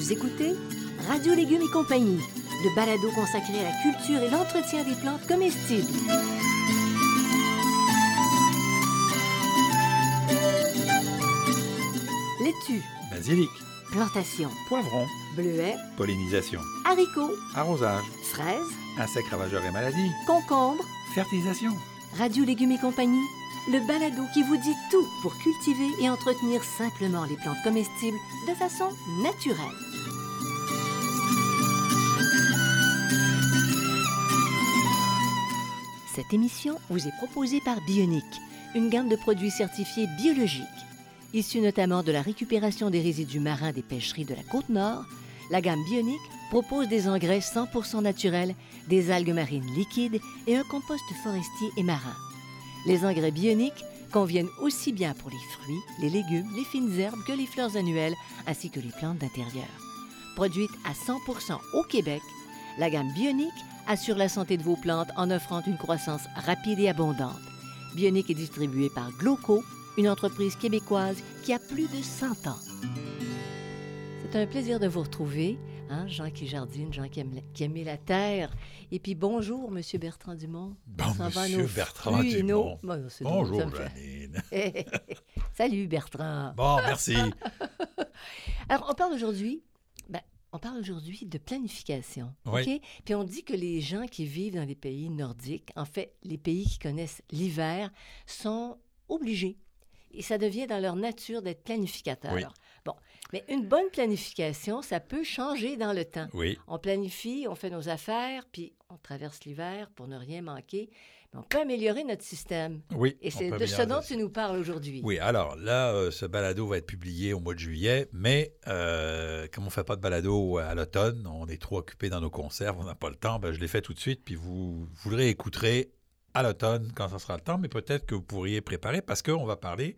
Vous écoutez Radio Légumes et compagnie, le balado consacré à la culture et l'entretien des plantes comestibles. Laitue, Basilic, plantation, poivron, bleuets, pollinisation, haricots, arrosage, fraises, insectes ravageurs et maladies, concombres. fertilisation. Radio Légumes et compagnie, le balado qui vous dit tout pour cultiver et entretenir simplement les plantes comestibles de façon naturelle. Cette émission vous est proposée par Bionic, une gamme de produits certifiés biologiques. Issus notamment de la récupération des résidus marins des pêcheries de la Côte-Nord, la gamme Bionic propose des engrais 100% naturels, des algues marines liquides et un compost forestier et marin. Les engrais Bionic conviennent aussi bien pour les fruits, les légumes, les fines herbes que les fleurs annuelles, ainsi que les plantes d'intérieur. Produite à 100% au Québec, la gamme Bionic assure la santé de vos plantes en offrant une croissance rapide et abondante. Bionic est distribué par Gloco, une entreprise québécoise qui a plus de 100 ans. C'est un plaisir de vous retrouver, hein, Jean qui jardine, Jean qui aime la terre. Et puis bonjour, M. Bertrand Dumont. Bon, Ça M. Bertrand Dumont. C'est Bonjour, drôle, ça me fait. Janine. Salut, Bertrand. Bon, merci. Alors, on parle aujourd'hui de planification. Oui. OK? Puis on dit que les gens qui vivent dans les pays nordiques, en fait, les pays qui connaissent l'hiver, sont obligés. Et ça devient dans leur nature d'être planificateurs. Oui. Bon, mais une bonne planification, ça peut changer dans le temps. Oui, On planifie, on fait nos affaires, puis on traverse l'hiver pour ne rien manquer. Mais on peut améliorer notre système. oui. Et on c'est peut de ce dont améliorer tu nous parles aujourd'hui. Oui, alors là, ce balado va être publié au mois de juillet, mais comme on ne fait pas de balado à l'automne, on est trop occupé dans nos conserves, on n'a pas le temps, ben, je l'ai fait tout de suite, puis vous le réécouterez à l'automne quand ça sera le temps, mais peut-être que vous pourriez préparer, parce qu'on va parler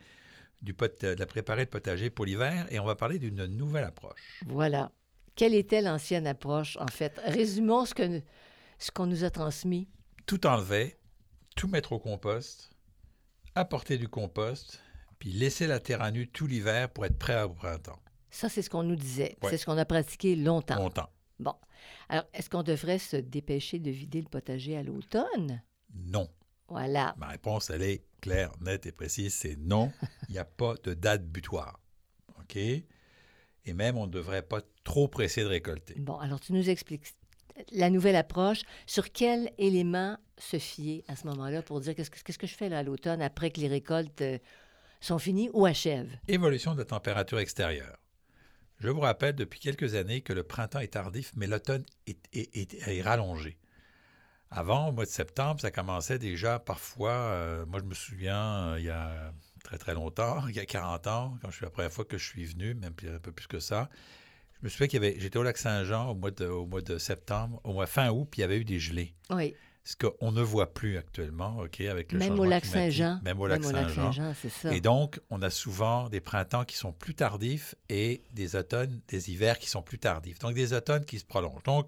de la préparer de potager pour l'hiver, et on va parler d'une nouvelle approche. Voilà. Quelle était l'ancienne approche, en fait? Résumons ce qu'on nous a transmis. Tout enlever, tout mettre au compost, apporter du compost, puis laisser la terre à nu tout l'hiver pour être prêt au printemps. Ça, c'est ce qu'on nous disait. Ouais. C'est ce qu'on a pratiqué longtemps. Longtemps. Bon. Alors, est-ce qu'on devrait se dépêcher de vider le potager à l'automne? Non. Voilà. Ma réponse, elle est claire, nette et précise, c'est non. Il n'y a pas de date butoir. OK? Et même, on ne devrait pas trop presser de récolter. Bon, alors tu nous expliques la nouvelle approche. Sur quel élément se fier à ce moment-là pour dire qu'est-ce que je fais là à l'automne après que les récoltes sont finies ou achèvent? Évolution de la température extérieure. Je vous rappelle depuis quelques années que le printemps est tardif, mais l'automne est rallongé. Avant, au mois de septembre, ça commençait déjà parfois, moi je me souviens, il y a très très longtemps, il y a 40 ans, quand je suis la première fois que je suis venu, même un peu plus que ça, je me souviens j'étais au lac Saint-Jean au mois de septembre, au mois fin août, puis il y avait eu des gelées. Oui. Ce qu'on ne voit plus actuellement, OK, avec le Même changement au lac climatique. Saint-Jean. Même au lac Saint-Jean. C'est ça. Et donc, on a souvent des printemps qui sont plus tardifs et des automnes, des hivers qui sont plus tardifs. Donc, des automnes qui se prolongent. Donc,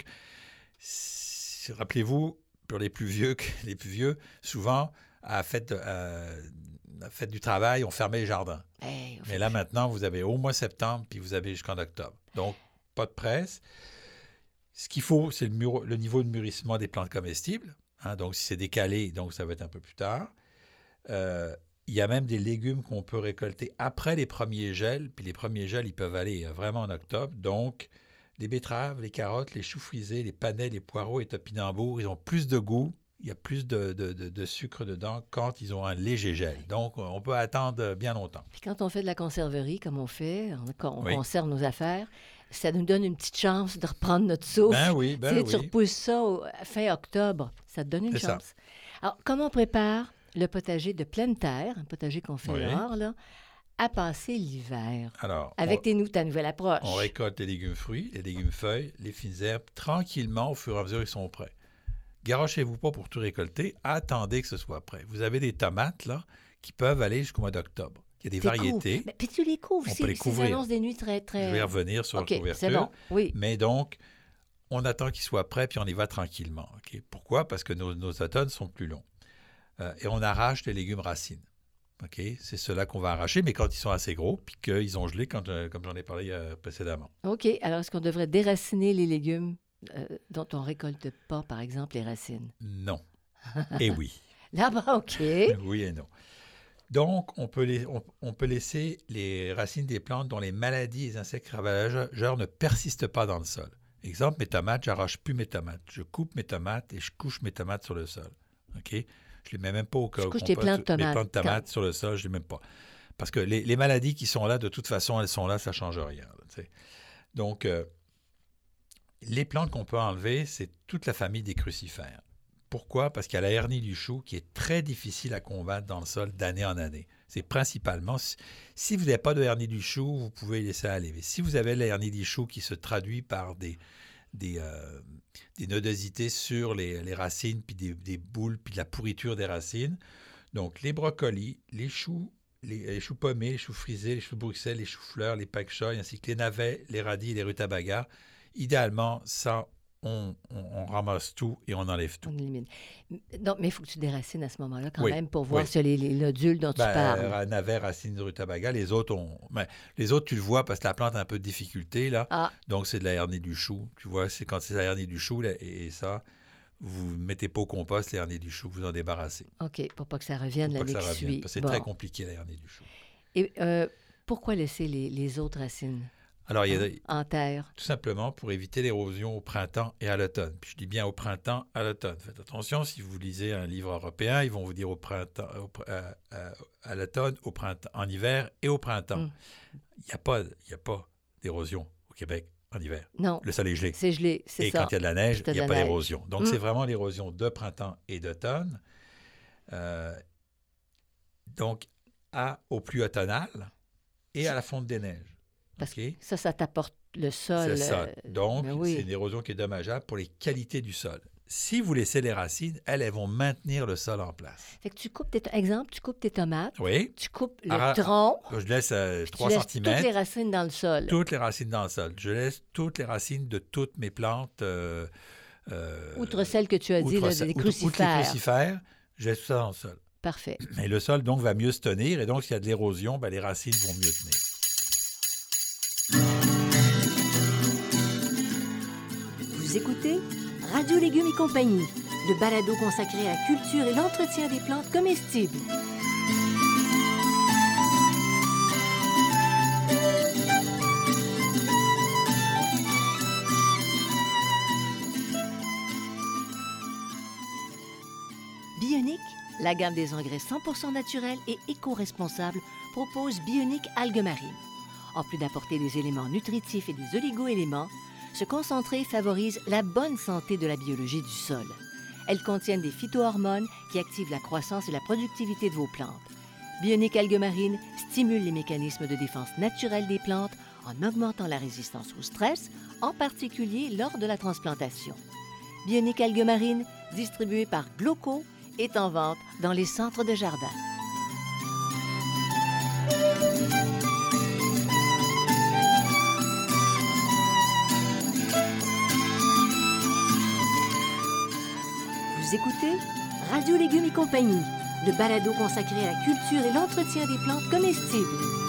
rappelez-vous, pour les plus vieux, souvent, à la fête du travail, on fermait les jardins. Hey, Mais là, maintenant, vous avez au mois septembre, puis vous avez jusqu'en octobre. Donc, pas de presse. Ce qu'il faut, c'est le niveau de mûrissement des plantes comestibles. Hein, donc, si c'est décalé, donc ça va être un peu plus tard. Il y a même des légumes qu'on peut récolter après les premiers gels. Puis les premiers gels, ils peuvent aller vraiment en octobre. Donc, les betteraves, les carottes, les choux frisés, les panais, les poireaux et topinambours, ils ont plus de goût. Il y a plus de sucre dedans quand ils ont un léger gel. Donc, on peut attendre bien longtemps. Puis quand on fait de la conserverie, comme on fait, on Oui. conserve nos affaires, ça nous donne une petite chance de reprendre notre souffle. Ben oui, ben Tu sais, oui. Tu repousses ça fin octobre, ça te donne une C'est ça. chance. Alors, comment on prépare le potager de pleine terre, un potager qu'on fait Oui. dehors, là, à passer l'hiver? Alors, Avec ta nouvelle approche. on récolte les légumes fruits, les légumes feuilles, les fines herbes, tranquillement au fur et à mesure qu'ils sont prêts. Garochez-vous pas pour tout récolter, attendez que ce soit prêt. Vous avez des tomates là qui peuvent aller jusqu'au mois d'octobre. Il y a des variétés. Mais, puis tu les couvres. On peut les couvrir. Ces annonces des nuits très, très... Je vais y revenir sur OK, la couverture. c'est bon, oui. Mais donc, on attend qu'ils soient prêts, puis on y va tranquillement. OK? Pourquoi? Parce que nos automnes sont plus longs. Et on arrache les légumes racines. OK? C'est ceux-là qu'on va arracher, mais quand ils sont assez gros, puis qu'ils ont gelé, comme j'en ai parlé précédemment. OK. Alors, est-ce qu'on devrait déraciner les légumes dont on ne récolte pas, par exemple, les racines? Non. Et oui. Là-bas, OK. Oui et non. Donc, on peut laisser les racines des plantes dont les maladies et les insectes ravageurs ne persistent pas dans le sol. Exemple, mes tomates, j'arrache plus mes tomates. Je coupe mes tomates et je couche mes tomates sur le sol. OK? Je ne les mets même pas au Tu couches tes plants de tomates. Les plants de tomates sur le sol, je ne les mets même pas. Parce que les maladies qui sont là, de toute façon, elles sont là, ça ne change rien. Là, donc, les plantes qu'on peut enlever, c'est toute la famille des crucifères. Pourquoi? Parce qu'il y a la hernie du chou qui est très difficile à combattre dans le sol d'année en année. C'est principalement, si vous n'avez pas de hernie du chou, vous pouvez laisser aller. Mais si vous avez la hernie du chou qui se traduit par des nodosités sur les racines, puis des boules, puis de la pourriture des racines, donc les brocolis, les choux pommés, les choux frisés, les choux de Bruxelles, les choux-fleurs, les pak choy, ainsi que les navets, les radis et les rutabagas, idéalement, ça, on ramasse tout et on enlève tout. On élimine. Donc, mais il faut que tu déracines à ce moment-là quand Oui, même pour voir oui. si les nodules dont tu parles. Navet, racine de rutabaga, les autres, tu le vois parce que la plante a un peu de difficulté, là. Ah, Donc, c'est de la hernie du chou. Tu vois, c'est quand c'est la hernie du chou, là, et ça, vous ne mettez pas au compost la hernie du chou, vous en débarrassez. OK, pour pas que ça revienne Pour pas l'année que ça qui revienne, suit. parce que c'est Bon. très compliqué, la hernie du chou. Et pourquoi laisser les autres racines Alors, il y a en terre? tout simplement pour éviter l'érosion au printemps et à l'automne. Puis je dis bien au printemps, à l'automne. Faites attention, si vous lisez un livre européen, ils vont vous dire au printemps, à l'automne, au printemps, en hiver et au printemps. Il n'y a pas d'érosion au Québec en hiver. Non. Le sol est gelé. C'est gelé, c'est et ça. quand il y a de la neige, il n'y a pas d'érosion. Donc, c'est vraiment l'érosion de printemps et d'automne. Donc, au pluie automnale et à la fonte des neiges. Parce Okay? que ça t'apporte le sol. C'est ça. Donc, oui. c'est une érosion qui est dommageable pour les qualités du sol. Si vous laissez les racines, elles vont maintenir le sol en place. Fait que tu coupes tu coupes tes tomates. Oui. Tu coupes le tronc. Je laisse 3 cm. toutes les racines dans le sol. Toutes les racines dans le sol. Je laisse toutes les racines de toutes mes plantes. Outre celles que tu as dit, des crucifères. Outre les crucifères, je laisse tout ça dans le sol. Parfait. Mais le sol, donc, va mieux se tenir. Et donc, s'il y a de l'érosion, les racines vont mieux tenir. Vous écoutez Radio Légumes et compagnie, le balado consacré à la culture et l'entretien des plantes comestibles. Bionic, la gamme des engrais 100% naturels et éco-responsables, propose Bionic Algues Marines. En plus d'apporter des éléments nutritifs et des oligo-éléments, ce concentré favorise la bonne santé de la biologie du sol. Elles contiennent des phytohormones qui activent la croissance et la productivité de vos plantes. Bionic Algues Marines stimule les mécanismes de défense naturelle des plantes en augmentant la résistance au stress, en particulier lors de la transplantation. Bionic Algues Marines, distribué par Gloco, est en vente dans les centres de jardin. Vous écoutez Radio Légumes et compagnie, le balado consacré à la culture et l'entretien des plantes comestibles.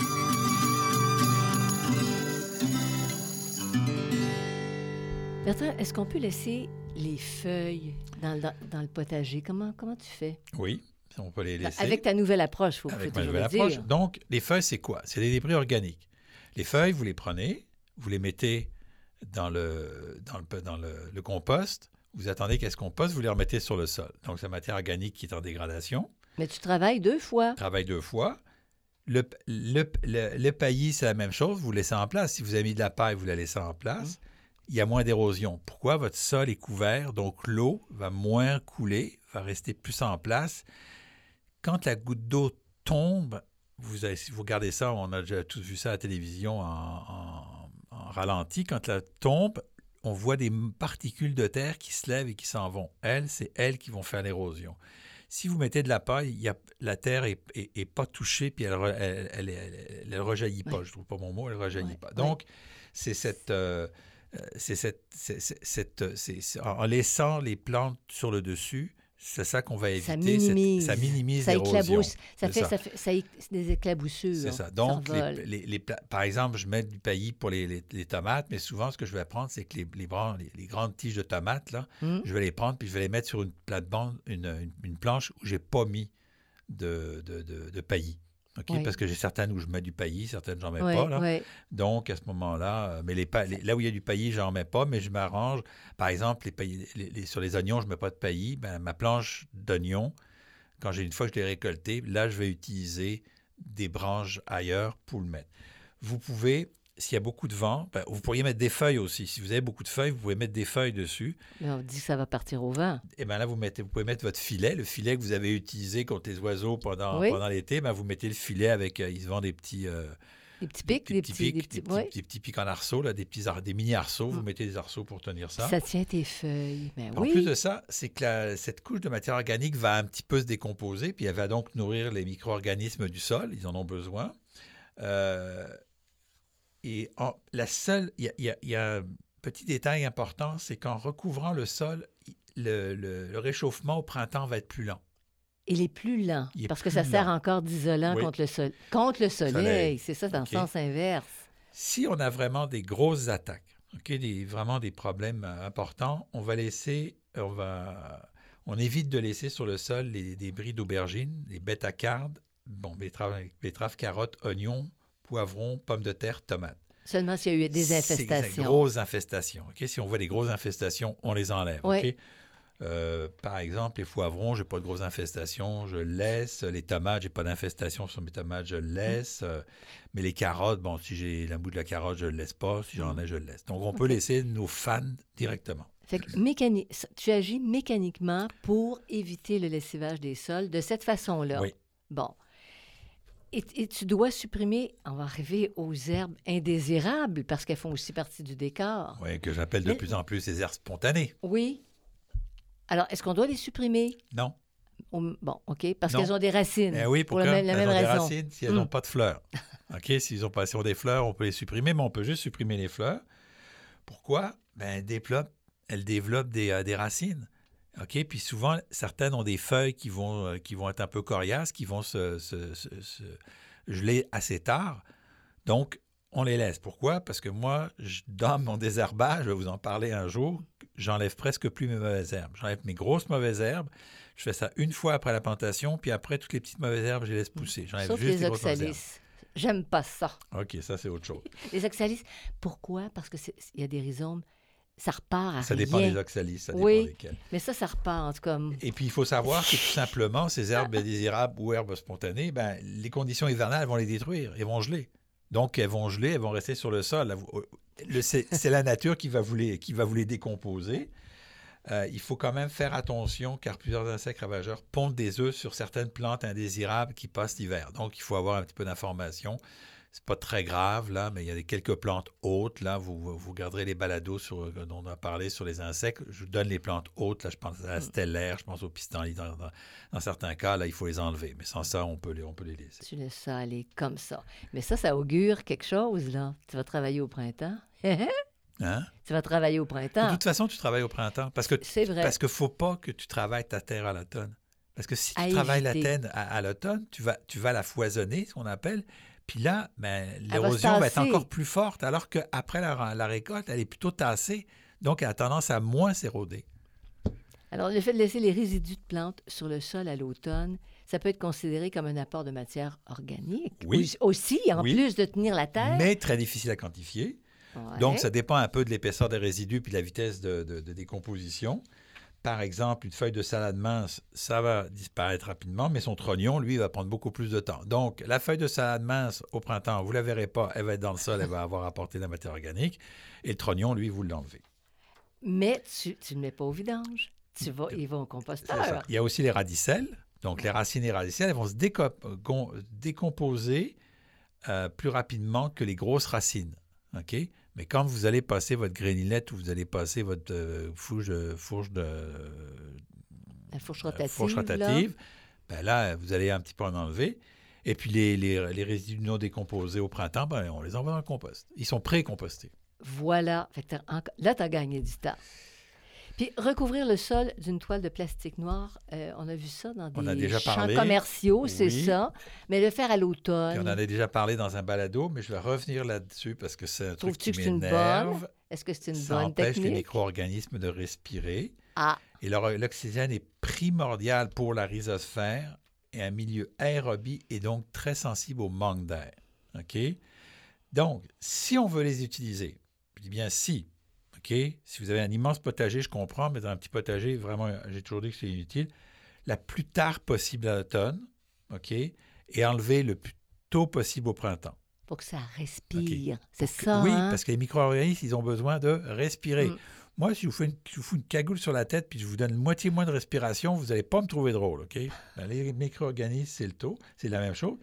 Bertrand, est-ce qu'on peut laisser les feuilles dans le potager? Comment tu fais? Oui, on peut les laisser. Avec ta nouvelle approche, il faut Avec toujours ma nouvelle le approche. dire. Donc, les feuilles, c'est quoi? C'est des débris organiques. Les feuilles, vous les prenez, vous les mettez dans le compost, vous attendez qu'elles se compostent, vous les remettez sur le sol. Donc, c'est la matière organique qui est en dégradation. Mais tu travailles 2 fois. Travaille 2 fois. Le paillis, c'est la même chose, vous le laissez en place. Si vous avez mis de la paille, vous la laissez en place. Il y a moins d'érosion. Pourquoi? Votre sol est couvert, donc l'eau va moins couler, va rester plus en place. Quand la goutte d'eau tombe, si vous regardez ça, on a déjà tous vu ça à la télévision en ralenti, quand elle tombe, on voit des particules de terre qui se lèvent et qui s'en vont. C'est elles qui vont faire l'érosion. Si vous mettez de la paille, la terre est pas touchée, puis elle rejaillit pas. Je trouve pas mon mot, elle rejaillit pas. Donc, en laissant les plantes sur le dessus, C'est ça qu'on va éviter. Ça minimise. Ça minimise Ça l'érosion. éclabousse. C'est ça. C'est des éclaboussures. C'est ça. Donc, revole. par exemple, je mets du paillis pour les tomates, mais souvent, ce que je vais prendre, c'est que les grandes tiges de tomates, là, je vais les prendre puis je vais les mettre sur une plate-bande, une planche où je n'ai pas mis de paillis. OK? Oui. Parce que j'ai certaines où je mets du paillis, certaines, j'en mets Oui, pas. Là. oui. Donc, à ce moment-là, mais là où il y a du paillis, j'en mets pas, mais je m'arrange. Par exemple, sur les oignons, je ne mets pas de paillis. Ben, ma planche d'oignons, une fois que je l'ai récoltée, là, je vais utiliser des branches ailleurs pour le mettre. Vous pouvez, s'il y a beaucoup de vent, vous pourriez mettre des feuilles aussi. Si vous avez beaucoup de feuilles, vous pouvez mettre des feuilles dessus. Mais on dit que ça va partir au vent. Et bien là, vous pouvez mettre votre filet, le filet que vous avez utilisé contre les oiseaux pendant l'été. Ben, vous mettez le filet avec, ils se vendent des petits... des petits pics, des petits pics en arceaux, là, des mini-arceaux. Vous mettez des arceaux pour tenir ça. Ça tient tes feuilles. Ben, en plus de ça, c'est que cette couche de matière organique va un petit peu se décomposer, puis elle va donc nourrir les micro-organismes du sol. Ils en ont besoin. Il y a un petit détail important, c'est qu'en recouvrant le sol, le réchauffement au printemps va être plus lent. Il est plus lent, parce que ça sert encore d'isolant contre le soleil. C'est ça, dans le sens inverse. Si on a vraiment des grosses attaques, vraiment des problèmes importants, on évite de laisser sur le sol les débris d'aubergines, les bêta-cardes, betteraves, carottes, oignons, poivrons, pommes de terre, tomates. Seulement s'il y a eu des infestations. C'est des grosses infestations. Si on voit des grosses infestations, on les enlève. Oui. Par exemple, les poivrons, je n'ai pas de grosses infestations, je le laisse. Les tomates, je n'ai pas d'infestation sur mes tomates, je le laisse. Mais les carottes, si j'ai l'embout de la carotte, je ne le laisse pas. Si j'en ai, je le laisse. Donc, on peut laisser nos fans directement. Fait que tu agis mécaniquement pour éviter le lessivage des sols de cette façon-là. Oui. Bon. Et tu dois supprimer, on va arriver aux herbes indésirables parce qu'elles font aussi partie du décor. Oui, que j'appelle de plus en plus les herbes spontanées. Oui. Alors, est-ce qu'on doit les supprimer? Non. Bon, OK, parce qu'elles ont des racines. Oui, pour la même raison. Des racines si elles n'ont pas de fleurs. OK, s'ils ont des fleurs, on peut les supprimer, mais on peut juste supprimer les fleurs. Pourquoi? Elles développent des racines. OK, puis souvent, certaines ont des feuilles qui vont être un peu coriaces, qui vont se geler assez tard. Donc, on les laisse. Pourquoi? Parce que moi, dans mon désherbage, je vais vous en parler un jour, j'enlève presque plus mes mauvaises herbes. J'enlève mes grosses mauvaises herbes. Je fais ça une fois après la plantation, puis après, toutes les petites mauvaises herbes, je les laisse pousser. J'enlève Sauf juste les oxalis. J'aime pas ça. OK, ça, c'est autre chose. Les oxalis, pourquoi? Parce qu'il y a des rhizomes. Ça repart à ça rien. Dépend des oxalis, ça dépend desquels. Mais ça repart en tout cas. Et puis, il faut savoir que tout simplement, ces herbes indésirables ou herbes spontanées, les conditions hivernales vont les détruire, elles vont geler. Donc, elles vont geler, elles vont rester sur le sol. C'est la nature qui va vous les décomposer. Il faut quand même faire attention car plusieurs insectes ravageurs pondent des œufs sur certaines plantes indésirables qui passent l'hiver. Donc, il faut avoir un petit peu d'informations. C'est pas très grave, là, mais il y a quelques plantes hautes. Là, vous garderez les balados dont on a parlé sur les insectes. Je vous donne les plantes hautes. Là, je pense à la stellaire, je pense aux pissenlits. Dans certains cas, là, il faut les enlever. Mais sans ça, on peut les laisser. Tu laisses ça aller comme ça. Mais ça augure quelque chose, là. Tu vas travailler au printemps. Hein? Tu vas travailler au printemps. De toute façon, tu travailles au printemps. C'est vrai. Parce qu'il ne faut pas que tu travailles ta terre à l'automne. Parce que si tu travailles la terre à l'automne, tu vas la foisonner, ce qu'on appelle. Puis là, l'érosion va être encore plus forte, alors qu'après la récolte, elle est plutôt tassée. Donc, elle a tendance à moins s'éroder. Alors, le fait de laisser les résidus de plantes sur le sol à l'automne, ça peut être considéré comme un apport de matière organique. Oui. Aussi, en plus de tenir la terre. Mais très difficile à quantifier. Ouais. Donc, ça dépend un peu de l'épaisseur des résidus puis de la vitesse de décomposition. Par exemple, une feuille de salade mince, ça va disparaître rapidement, mais son trognon, lui, va prendre beaucoup plus de temps. Donc, la feuille de salade mince, au printemps, vous ne la verrez pas, elle va être dans le sol, elle va avoir apporté de la matière organique. Et le trognon, lui, vous l'enlevez. Mais tu ne le mets pas au vidange. Il va au composteur. Il y a aussi les radicelles. Donc, les racines et les radicelles, elles vont se décomposer plus rapidement que les grosses racines. OK? Mais quand vous allez passer votre grénilette ou vous allez passer votre fourche rotative, là, vous allez un petit peu en enlever. Et puis, les résidus non décomposés au printemps, on les envoie dans le compost. Ils sont pré-compostés. Voilà. Là, tu as gagné du temps. Puis recouvrir le sol d'une toile de plastique noir, on a vu ça dans On a des déjà champs parlé. commerciaux, c'est Oui. ça. Mais le faire à Puis on en l'automne, a déjà parlé dans un balado, mais je vais revenir là-dessus parce que c'est un truc trouves-tu qui que c'est une m'énerve. bonne? Est-ce que c'est une Ça bonne empêche les technique? micro-organismes de respirer. Ah, Et l'oxygène est primordial pour la rhizosphère et un milieu aérobie est donc très sensible au manque d'air. OK? Donc, si on veut les utiliser, je dis bien si, OK? Si vous avez un immense potager, je comprends, mais dans un petit potager, vraiment, j'ai toujours dit que c'est inutile. La plus tard possible à l'automne, OK? Et enlever le plus tôt possible au printemps. pour que ça respire. C'est Que- ça, oui, hein? parce que les micro-organismes, ils ont besoin de respirer. Mm. Moi, si je vous fous une cagoule sur la tête puis je vous donne moitié moins de respiration, vous n'allez pas me trouver drôle, OK? Ben, les micro-organismes, c'est le taux, c'est la même chose.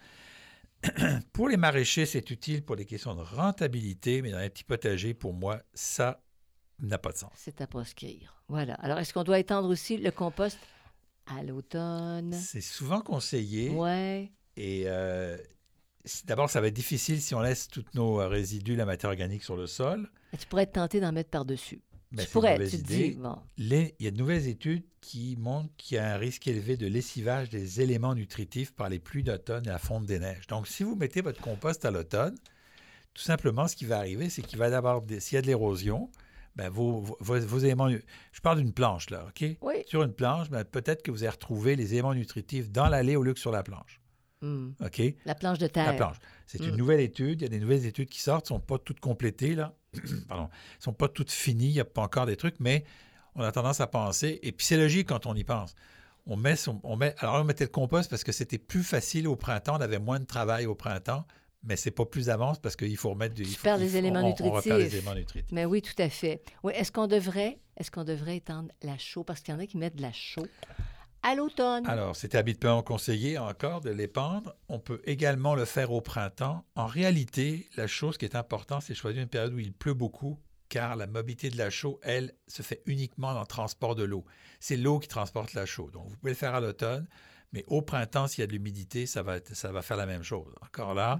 Pour les maraîchers, c'est utile pour les questions de rentabilité, mais dans les petits potagers, pour moi, ça n'a pas de sens. C'est à proscrire. Voilà. Alors, est-ce qu'on doit étendre aussi le compost à l'automne? C'est souvent conseillé Ouais. et d'abord, ça va être difficile si on laisse tous nos résidus, la matière organique sur le sol. Et tu pourrais être tenté d'en mettre par-dessus. Ben, Tu c'est une pourrais, mauvaise tu te idée. dis, bon, Il y a de nouvelles études qui montrent qu'il y a un risque élevé de lessivage des éléments nutritifs par les pluies d'automne et la fonte des neiges. Donc, si vous mettez votre compost à l'automne, tout simplement, ce qui va arriver, c'est qu'il va y avoir, s'il y a de l'érosion, ben vos éléments... Je parle d'une planche, là, OK? oui. Sur une planche, ben, peut-être que vous allez retrouver les éléments nutritifs dans l'allée au lieu que sur la planche. Hmm. OK? La planche de terre. La planche. C'est une nouvelle étude. Il y a des nouvelles études qui sortent. Elles ne sont pas toutes complétées, là. Pardon. Elles ne sont pas toutes finies. Il n'y a pas encore des trucs, mais on a tendance à penser. Et puis, c'est logique quand on y pense. On mettait le compost parce que c'était plus facile au printemps. On avait moins de travail au printemps, mais c'est pas plus avance parce qu'il faut remettre du... Tu perds les éléments on nutritifs. repère les éléments nutritifs. Mais oui, tout à fait. Oui, est-ce qu'on devrait étendre la chaux? Parce qu'il y en a qui mettent de la chaux à l'automne. Alors, c'était habituellement conseillé encore de l'épandre. On peut également le faire au printemps. En réalité, la chose qui est importante, c'est de choisir une période où il pleut beaucoup, car la mobilité de la chaux, elle, se fait uniquement dans le transport de l'eau. C'est l'eau qui transporte la chaux. Donc, vous pouvez le faire à l'automne, mais au printemps, s'il y a de l'humidité, ça va faire la même chose. Encore là,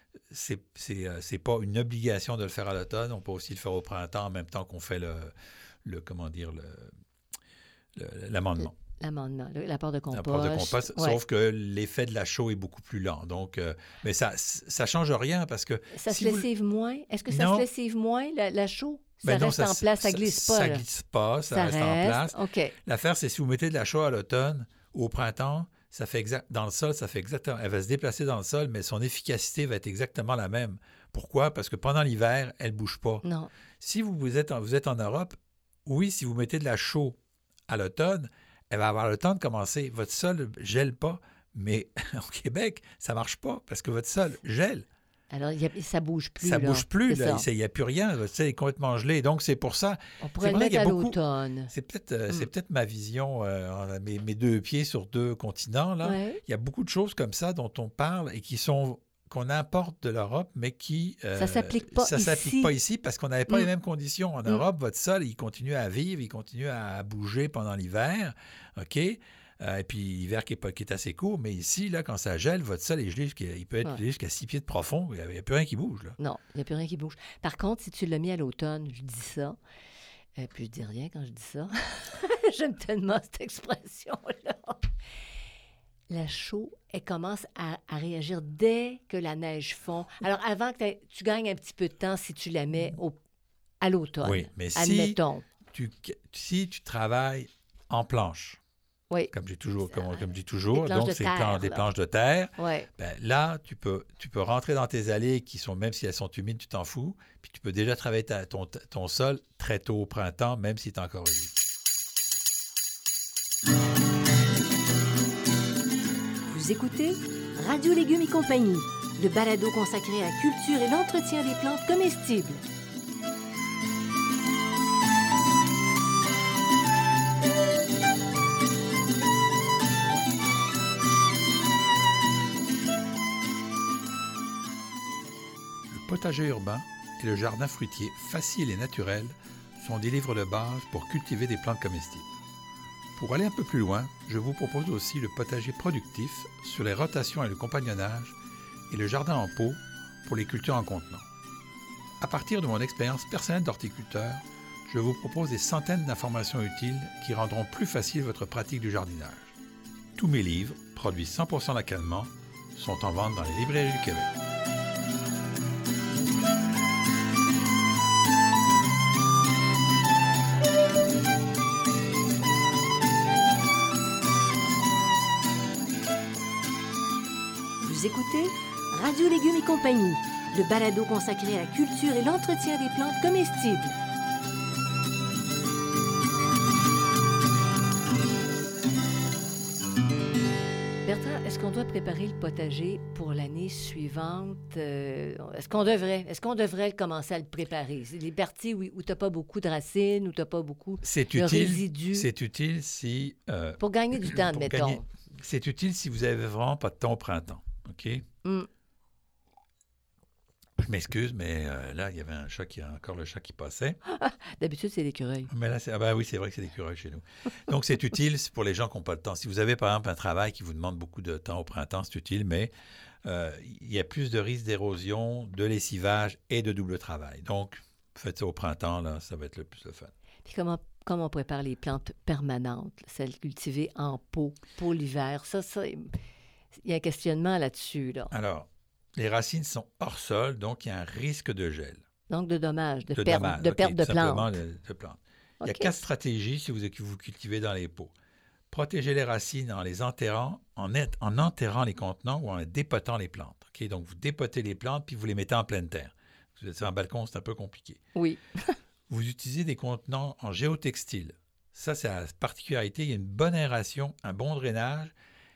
c'est pas une obligation de le faire à l'automne. On peut aussi le faire au printemps en même temps qu'on fait l'amendement. L'amendement, l'apport de compost. L'apport de compost, Ouais. sauf que l'effet de la chaux est beaucoup plus lent. Donc, mais ça ne change rien parce que... Ça si se vous- lessive moins? Est-ce que ça Non. se lessive moins, la chaux? Ça Ben non, reste en place, ça glisse pas. Ça là. glisse pas, ça Ça reste en place. OK. L'affaire, c'est si vous mettez de la chaux à l'automne ou au printemps, ça fait dans le sol, ça fait exactement... Elle va se déplacer dans le sol, mais son efficacité va être exactement la même. Pourquoi? Parce que pendant l'hiver, elle ne bouge pas. Non. Si vous êtes en Europe, oui, si vous mettez de la chaux à l'automne, elle va avoir le temps de commencer. Votre sol ne gèle pas, mais au Québec, ça ne marche pas parce que votre sol gèle. Alors, ça bouge plus. Ça là. bouge plus, C'est là. ça. Il n'y a plus rien. Votre sol est complètement gelé. Donc, c'est pour ça. On pourrait c'est le vrai mettre qu'il y à a beaucoup- l'automne. C'est peut-être ma vision, mes deux pieds sur deux continents. Là. Ouais. Il y a beaucoup de choses comme ça dont on parle et qu'on importe de l'Europe, mais qui... Ça s'applique pas ça ici. s'applique pas ici parce qu'on n'avait pas Mm. les mêmes conditions. En Europe, votre sol, il continue à vivre, il continue à bouger pendant l'hiver, OK? Et puis l'hiver qui est assez court, mais ici, là, quand ça gèle, votre sol est gelé il peut être gelé jusqu'à 6 pieds de profond. Il n'y a plus rien qui bouge. Là. Non, il n'y a plus rien qui bouge. Par contre, si tu l'as mis à l'automne, je dis ça, puis je dis rien quand je dis ça. J'aime tellement cette expression-là. La chaux, elle commence à réagir dès que la neige fond. Alors, avant que tu gagnes un petit peu de temps si tu la mets à l'automne. Oui, mais admettons. si tu travailles en planche, Oui. comme je dis toujours, Des planches donc de c'est terre, des là. planches de terre, Oui. ben là, tu peux rentrer dans tes allées qui sont, même si elles sont humides, tu t'en fous, puis tu peux déjà travailler ton sol très tôt au printemps, même s'il est encore humide. Vous écoutez Radio Légumes et compagnie, le balado consacré à la culture et l'entretien des plantes comestibles. Le potager urbain et le jardin fruitier facile et naturel sont des livres de base pour cultiver des plantes comestibles. Pour aller un peu plus loin, je vous propose aussi le potager productif sur les rotations et le compagnonnage et le jardin en pot pour les cultures en contenant. À partir de mon expérience personnelle d'horticulteur, je vous propose des centaines d'informations utiles qui rendront plus facile votre pratique du jardinage. Tous mes livres, produits 100% localement, sont en vente dans les librairies du Québec. Vous écoutez Radio Légumes et compagnie, le balado consacré à la culture et l'entretien des plantes comestibles. Bertrand, est-ce qu'on doit préparer le potager pour l'année suivante? Est-ce qu'on devrait commencer à le préparer? C'est les parties où tu n'as pas beaucoup de racines, où tu n'as pas beaucoup de résidus. C'est utile si... pour gagner du temps, admettons. C'est utile si vous n'avez vraiment pas de temps au printemps. OK? Mm. Je m'excuse, mais là, il y avait encore le chat qui passait. D'habitude, c'est l'écureuil. Mais là, oui, c'est vrai que c'est l'écureuil chez nous. Donc, c'est utile pour les gens qui n'ont pas de temps. Si vous avez, par exemple, un travail qui vous demande beaucoup de temps au printemps, c'est utile, mais il y a plus de risques d'érosion, de lessivage et de double travail. Donc, faites ça au printemps, là, ça va être le plus le fun. Puis comment on prépare les plantes permanentes, celles cultivées en pot pour l'hiver? Ça, il y a un questionnement là-dessus, là. Alors, les racines sont hors sol, donc il y a un risque de gel. Donc de dommages, de perte de plantes. De plantes. Il y a 4 stratégies si vous cultivez dans les pots. Protéger les racines en les enterrant, en enterrant les contenants ou en dépotant les plantes. Okay? Donc vous dépotez les plantes puis vous les mettez en pleine terre. Si vous êtes sur un balcon, c'est un peu compliqué. Oui. Vous utilisez des contenants en géotextile. Ça, c'est la particularité. Il y a une bonne aération, un bon drainage.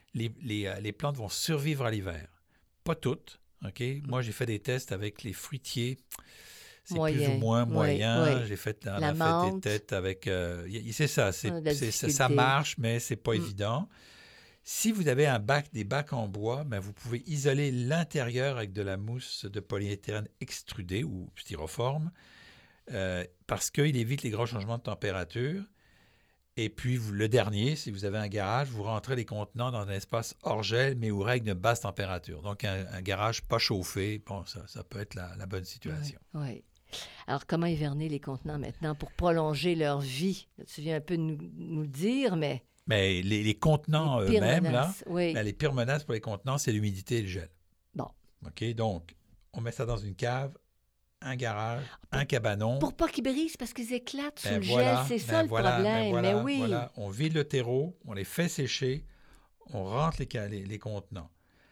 Les plantes vont survivre à l'hiver. Pas toutes. Okay? Moi, j'ai fait des tests avec les fruitiers. C'est plus ou moins moyen. Oui. J'ai fait, des tests avec... c'est ça. Ça marche, mais c'est pas évident. Si vous avez des bacs en bois, ben vous pouvez isoler l'intérieur avec de la mousse de polyéthylène extrudée ou styroforme parce qu'il évite les grands changements de température. Et puis, le dernier, si vous avez un garage, vous rentrez les contenants dans un espace hors gel, mais où règne une basse température. Donc, un garage pas chauffé, bon, ça peut être la bonne situation. Oui. Alors, comment hiverner les contenants maintenant pour prolonger leur vie? Tu viens un peu de nous le dire, mais... Mais les contenants eux-mêmes, là, les pires menaces pour les contenants, c'est l'humidité et le gel. Bon. OK, donc, on met ça dans une cave, un garage, un cabanon. Pour pas qu'ils brisent, parce qu'ils éclatent sous le gel, c'est ça le problème. Mais oui. Voilà, on vide le terreau, on les fait sécher, on rentre les contenants.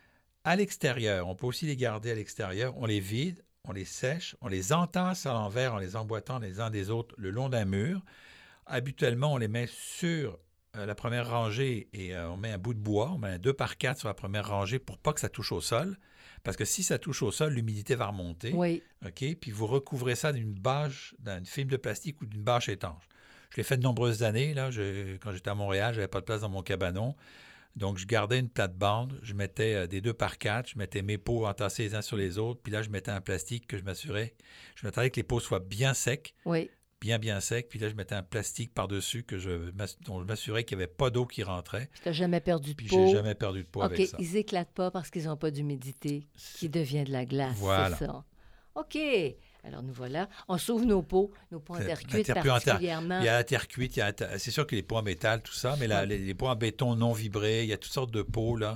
À l'extérieur, on peut aussi les garder à l'extérieur, on les vide, on les sèche, on les entasse à l'envers en les emboîtant les uns des autres le long d'un mur. Habituellement, on les met sur la première rangée et on met un bout de bois, on met un 2x4 sur la première rangée pour pas que ça touche au sol. Parce que si ça touche au sol, l'humidité va remonter. Oui. OK? Puis vous recouvrez ça d'une film de plastique ou d'une bâche étanche. Je l'ai fait de nombreuses années. Là, quand j'étais à Montréal, je n'avais pas de place dans mon cabanon. Donc, je gardais une plate-bande. Je mettais des 2x4. Je mettais mes pots entassés les uns sur les autres. Puis là, je mettais un plastique que je m'assurais. Je m'attendais que les pots soient bien secs. Oui. Bien sec. Puis là, je mettais un plastique par-dessus dont je m'assurais qu'il n'y avait pas d'eau qui rentrait. Tu n'as jamais perdu de Puis peau. J'ai jamais perdu de peau avec ça. OK, ils n'éclatent pas parce qu'ils n'ont pas d'humidité qui devient de la glace, voilà. C'est ça. OK. Alors, nous voilà. On sauve nos pots en terre cuite particulièrement. Il y a la terre cuite. C'est sûr que les pots en métal, tout ça, mais les pots en béton non vibrés, il y a toutes sortes de pots, là.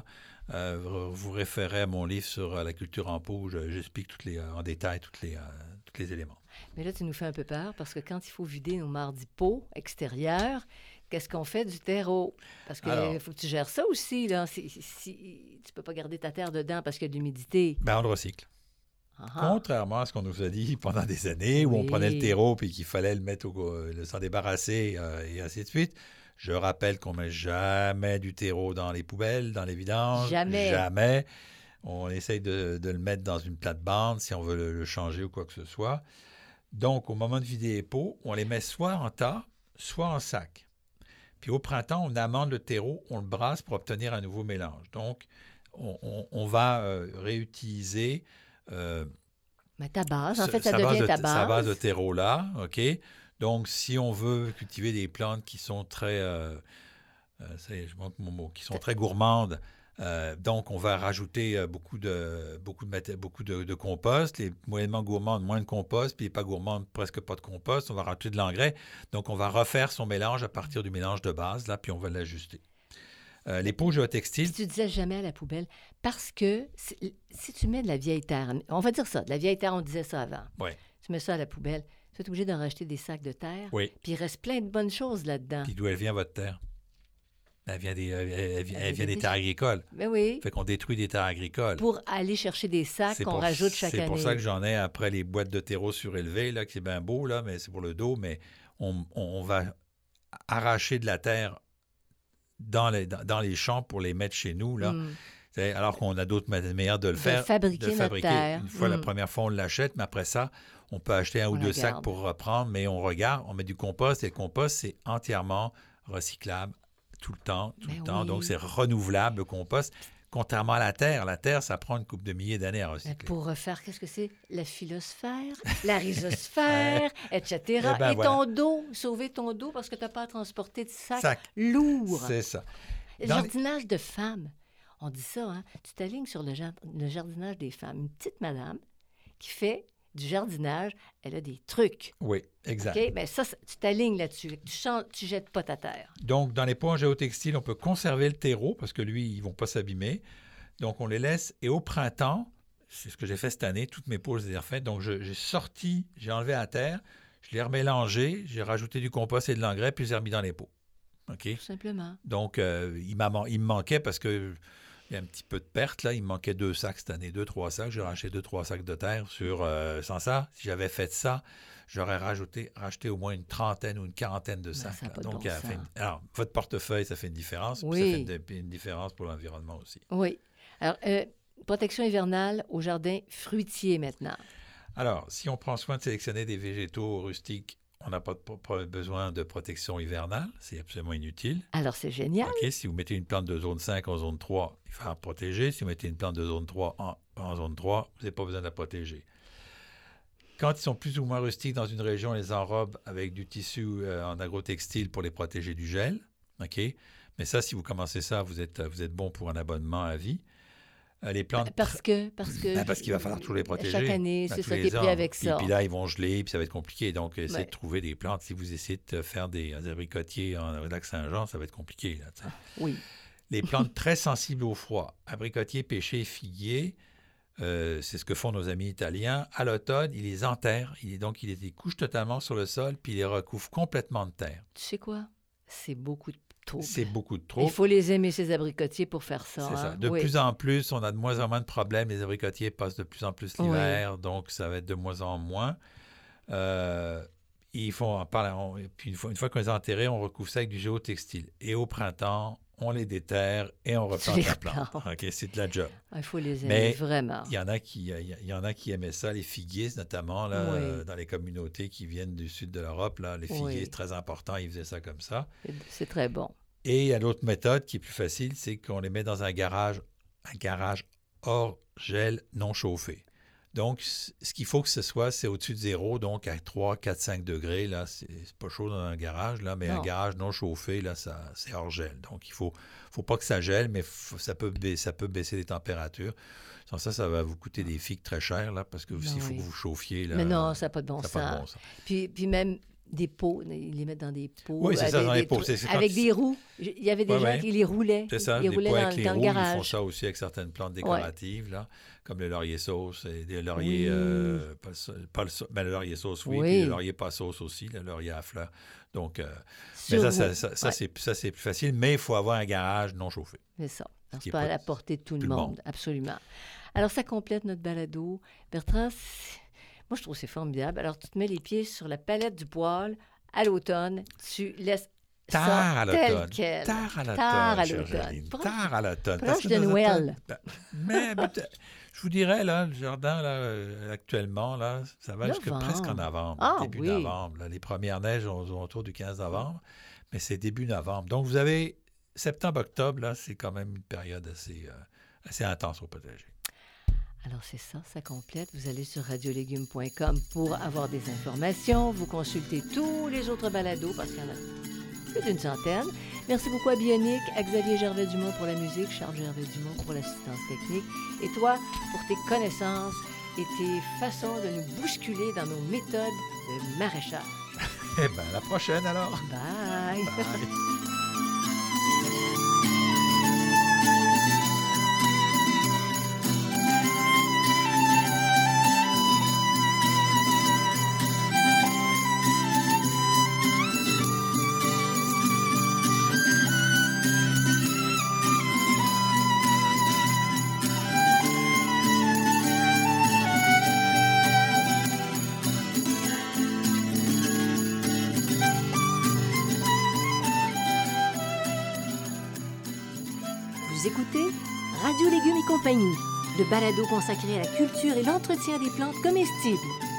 Vous référez à mon livre sur la culture en pot où j'explique en détail tous les éléments. Mais là, tu nous fais un peu peur parce que quand il faut vider nos mardis pots extérieurs, qu'est-ce qu'on fait du terreau? Parce qu'il faut que tu gères ça aussi, là. Tu ne peux pas garder ta terre dedans parce qu'il y a de l'humidité. Ben, on le recycle. Contrairement à ce qu'on nous a dit pendant des années où on prenait le terreau et qu'il fallait le mettre s'en débarrasser et ainsi de suite. Je rappelle qu'on ne met jamais du terreau dans les poubelles, dans les vidanges. Jamais. On essaye de le mettre dans une plate-bande si on veut le changer ou quoi que ce soit. Donc, au moment de vider les pots, on les met soit en tas, soit en sac. Puis au printemps, on amende le terreau, on le brasse pour obtenir un nouveau mélange. Donc, on va réutiliser... mais ta base, en fait, ça devient ta base. Sa base de terreau-là, OK? Donc, si on veut cultiver des plantes qui sont très... je manque mon mot, qui sont très gourmandes, Donc, on va rajouter beaucoup de compost. Les moyennement gourmands, moins de compost, puis les pas gourmands, presque pas de compost. On va rajouter de l'engrais. Donc, on va refaire son mélange à partir du mélange de base, là, puis on va l'ajuster. Les pots géotextiles... Tu disais jamais à la poubelle, parce que si tu mets de la vieille terre, on va dire ça, de la vieille terre, on disait ça avant. Oui. Tu mets ça à la poubelle, tu es obligé d'en racheter des sacs de terre, Oui. puis il reste plein de bonnes choses là-dedans. Puis d'où elle vient, votre terre? Elle vient des terres agricoles. Mais oui. Fait qu'on détruit des terres agricoles. Pour aller chercher des sacs qu'on rajoute chaque année. C'est pour ça que j'en ai après les boîtes de terreau surélevées, là, qui c'est bien beau, là, mais c'est pour le dos, mais on va arracher de la terre dans les champs pour les mettre chez nous, là. Alors qu'on a d'autres manières de le faire. De fabriquer notre terre. Une fois, la première fois, on l'achète, mais après ça, on peut acheter un ou deux sacs pour reprendre, mais on regarde, on met du compost, et le compost, c'est entièrement recyclable tout le temps. Oui. Donc, c'est renouvelable, le compost. Contrairement à la terre, ça prend une couple de milliers d'années à recycler. Mais pour refaire, qu'est-ce que c'est? La phylosphère, la rhizosphère, etc. Et ton dos, sauver ton dos parce que tu n'as pas à transporter de sacs lourds. C'est ça. Le jardinage de femmes. On dit ça, hein? Tu t'alignes sur le jardinage des femmes. Une petite madame qui fait du jardinage, elle a des trucs. Oui, exact. OK? Bien, ça, tu t'alignes là-dessus. Tu jettes pas ta terre. Donc, dans les pots en géotextile, on peut conserver le terreau parce que lui, ils ne vont pas s'abîmer. Donc, on les laisse. Et au printemps, c'est ce que j'ai fait cette année, toutes mes pots, je les ai refaites. Donc, j'ai enlevé la terre, je l'ai remélangé, j'ai rajouté du compost et de l'engrais, puis je l'ai remis dans les pots. OK? Tout simplement. Donc, il me manquait parce que... Il y a un petit peu de perte, là. Il me manquait 2 sacs cette année, 2-3 sacs. J'ai racheté 2-3 sacs de terre sans ça. Si j'avais fait ça, j'aurais racheté au moins une trentaine ou une quarantaine de sacs. Donc, alors, votre portefeuille, ça fait une différence. Oui. Puis ça fait une différence pour l'environnement aussi. Oui. Alors, protection hivernale au jardin fruitier maintenant. Alors, si on prend soin de sélectionner des végétaux rustiques, on n'a pas besoin de protection hivernale. C'est absolument inutile. Alors, c'est génial. OK. Si vous mettez une plante de zone 5 en zone 3, il faut la protéger. Si vous mettez une plante de zone 3 en zone 3, vous n'avez pas besoin de la protéger. Quand ils sont plus ou moins rustiques dans une région, on les enrobe avec du tissu en agrotextile pour les protéger du gel. OK. Mais ça, si vous commencez ça, vous êtes bon pour un abonnement à vie. Les plantes... Parce qu'il va falloir toujours les protéger. Chaque année, c'est ça qui est pris avec ça. Puis là, ils vont geler, puis ça va être compliqué. Donc, essayez de trouver des plantes. Si vous essayez de faire des abricotiers en Lac-Saint-Jean, ça va être compliqué. Là, oui. Les plantes très sensibles au froid, abricotiers, pêchers, figuiers, c'est ce que font nos amis italiens. À l'automne, ils les enterrent. Ils les couchent totalement sur le sol, puis ils les recouvrent complètement de terre. Tu sais quoi? C'est beaucoup de trouble. C'est beaucoup de trop. Il faut les aimer, ces abricotiers, pour faire ça. C'est ça. De plus en plus, on a de moins en moins de problèmes. Les abricotiers passent de plus en plus l'hiver, donc ça va être de moins en moins. Puis une fois qu'on les a enterrés, on recouvre ça avec du géotextile. Et au printemps, on les déterre et on replante la plante. OK, c'est de la job. Il faut les aimer, vraiment. Il y en a qui aimaient ça, les figuiers notamment, là, dans les communautés qui viennent du sud de l'Europe. Là, les figuiers, c'est très important, ils faisaient ça comme ça. C'est très bon. Et il y a l'autre méthode qui est plus facile, c'est qu'on les met dans un garage hors gel non chauffé. Donc, ce qu'il faut que ce soit, c'est au-dessus de zéro, donc à 3, 4, 5 degrés. Là, c'est pas chaud dans un garage, là, mais un garage non chauffé, là, c'est hors gel. Donc, il faut pas que ça gèle, mais ça peut baisser les températures. Sans ça, ça va vous coûter des figues très chères, là, parce que s'il faut que vous chauffiez... Là, mais non, ça n'a pas de bon sens. Puis même... Des pots, ils les mettent dans des pots. Oui, c'est ça, dans les pots. Avec des roues. Il y avait des gens qui les roulaient. C'est ça, ils roulaient avec les dans roues, le garage. Ils font ça aussi avec certaines plantes décoratives, là, comme le laurier sauce et des lauriers... le laurier sauce, oui, puis le laurier pas sauce aussi, le laurier à fleurs. Donc, mais ça c'est plus facile, mais il faut avoir un garage non chauffé. C'est ça. C'est pas à la portée de tout le monde, absolument. Alors, ça complète notre balado. Bertrand, moi, je trouve que c'est formidable. Alors, tu te mets les pieds sur la palette du poêle à l'autonne. Tu laisses ça tel quel. Tard à l'automne. Proche de Noël. Mais je vous dirais, là, le jardin, là, actuellement, là, ça va jusqu'à presque en novembre. Début novembre. Là, les premières neiges sont autour du 15 novembre, mais c'est début novembre. Donc, vous avez septembre-octobre, là, c'est quand même une période assez intense au potager. Alors, c'est ça, ça complète. Vous allez sur radiolégumes.com pour avoir des informations. Vous consultez tous les autres balados parce qu'il y en a plus d'une centaine. Merci beaucoup à Bionic, à Xavier Gervais-Dumont pour la musique, Charles Gervais-Dumont pour l'assistance technique, et toi pour tes connaissances et tes façons de nous bousculer dans nos méthodes de maraîchage. Eh bien, à la prochaine alors. Bye! Bye. Vous écoutez Radio Légumes et compagnie, le balado consacré à la culture et l'entretien des plantes comestibles.